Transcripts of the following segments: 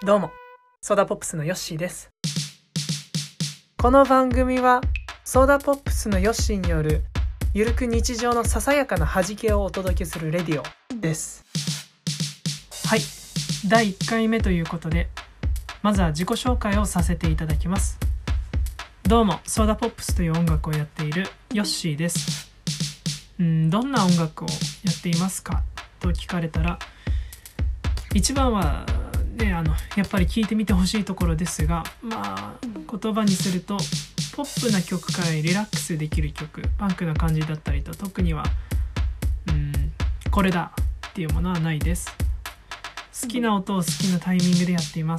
どうも、ソーダポップスのヨッシーです。この番組はソーダポップスのヨッシーによるゆるく日常のささやかな弾けをお届けするレディオです。はい、第1回目ということで、まずは自己紹介をさせていただきます。どうも、ソーダポップスという音楽をやっているヨッシーです。どんな音楽をやっていますかと聞かれたら、一番はね、やっぱり聴いてみてほしいところですが、言葉にするとポップな曲からリラックスできる曲、パンクな感じだったりと、特にはこれだっていうものはないです。好きな音を好きなタイミングでやっています。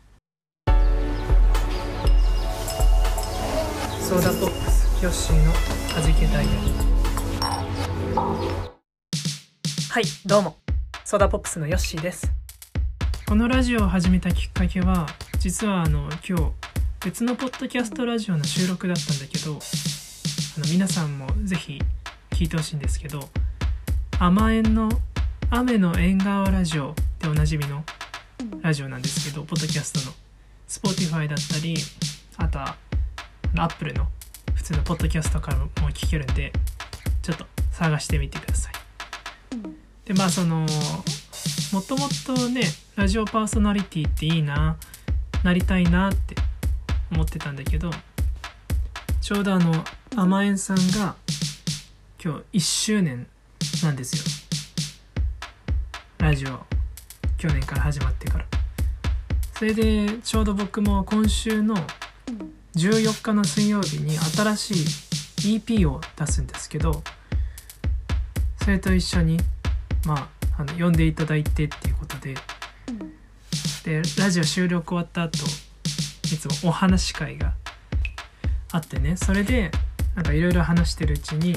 ソーダポップスヨッシーの弾けダイヤリー。はい、どうも、ソーダポップスのヨッシーです。このラジオを始めたきっかけは、実は今日別のポッドキャストラジオの収録だったんだけど、皆さんもぜひ聞いてほしいんですけど、甘えんの雨の縁側ラジオでおなじみのラジオなんですけど、ポッドキャストの Spotify だったり、あとはApple の普通のポッドキャストからも聞けるんで、ちょっと探してみてください。で、もともとね、ラジオパーソナリティっていいな、なりたいなって思ってたんだけど、ちょうど甘えんさんが今日1周年なんですよ。ラジオ去年から始まってから。それでちょうど僕も今週の14日の水曜日に新しい EP を出すんですけど、それと一緒に呼んでいただいてっていうことで、ラジオ収録終わった後、いつもお話し会があってね、それでいろいろ話してるうちに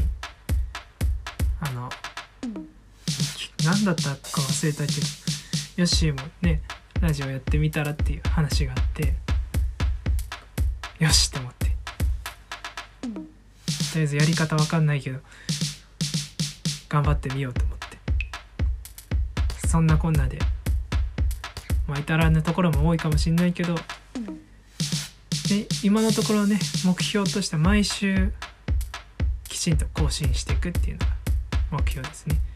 何だったか忘れたけど、ヨッシーもねラジオやってみたらっていう話があって、よしって思って、とりあえずやり方わかんないけど頑張ってみようと思って、そんなこんなで至らぬところも多いかもしれないけど、で今のところね、目標として毎週きちんと更新していくっていうのが目標ですね。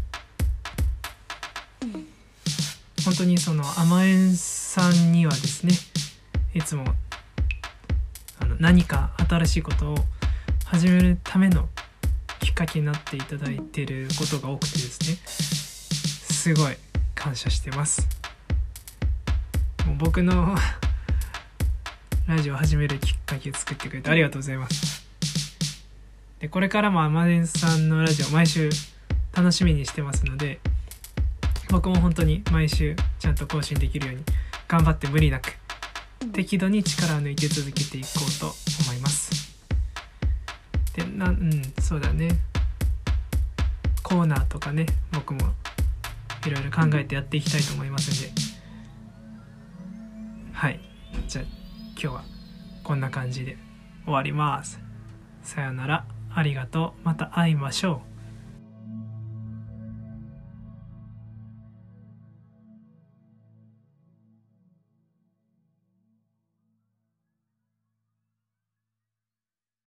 本当に甘えんさんにはですね、いつも何か新しいことを始めるためのきっかけになっていただいていることが多くてですね、すごい感謝してます。もう僕のラジオを始めるきっかけを作ってくれてありがとうございます。でこれからも甘えんさんのラジオ毎週楽しみにしてますので、僕も本当に毎週ちゃんと更新できるように頑張って、無理なく適度に力を抜いて続けていこうと思います。でそうだね、コーナーとかね、僕もいろいろ考えてやっていきたいと思いますんで、はい、じゃあ今日はこんな感じで終わります。さよなら、ありがとう、また会いましょう。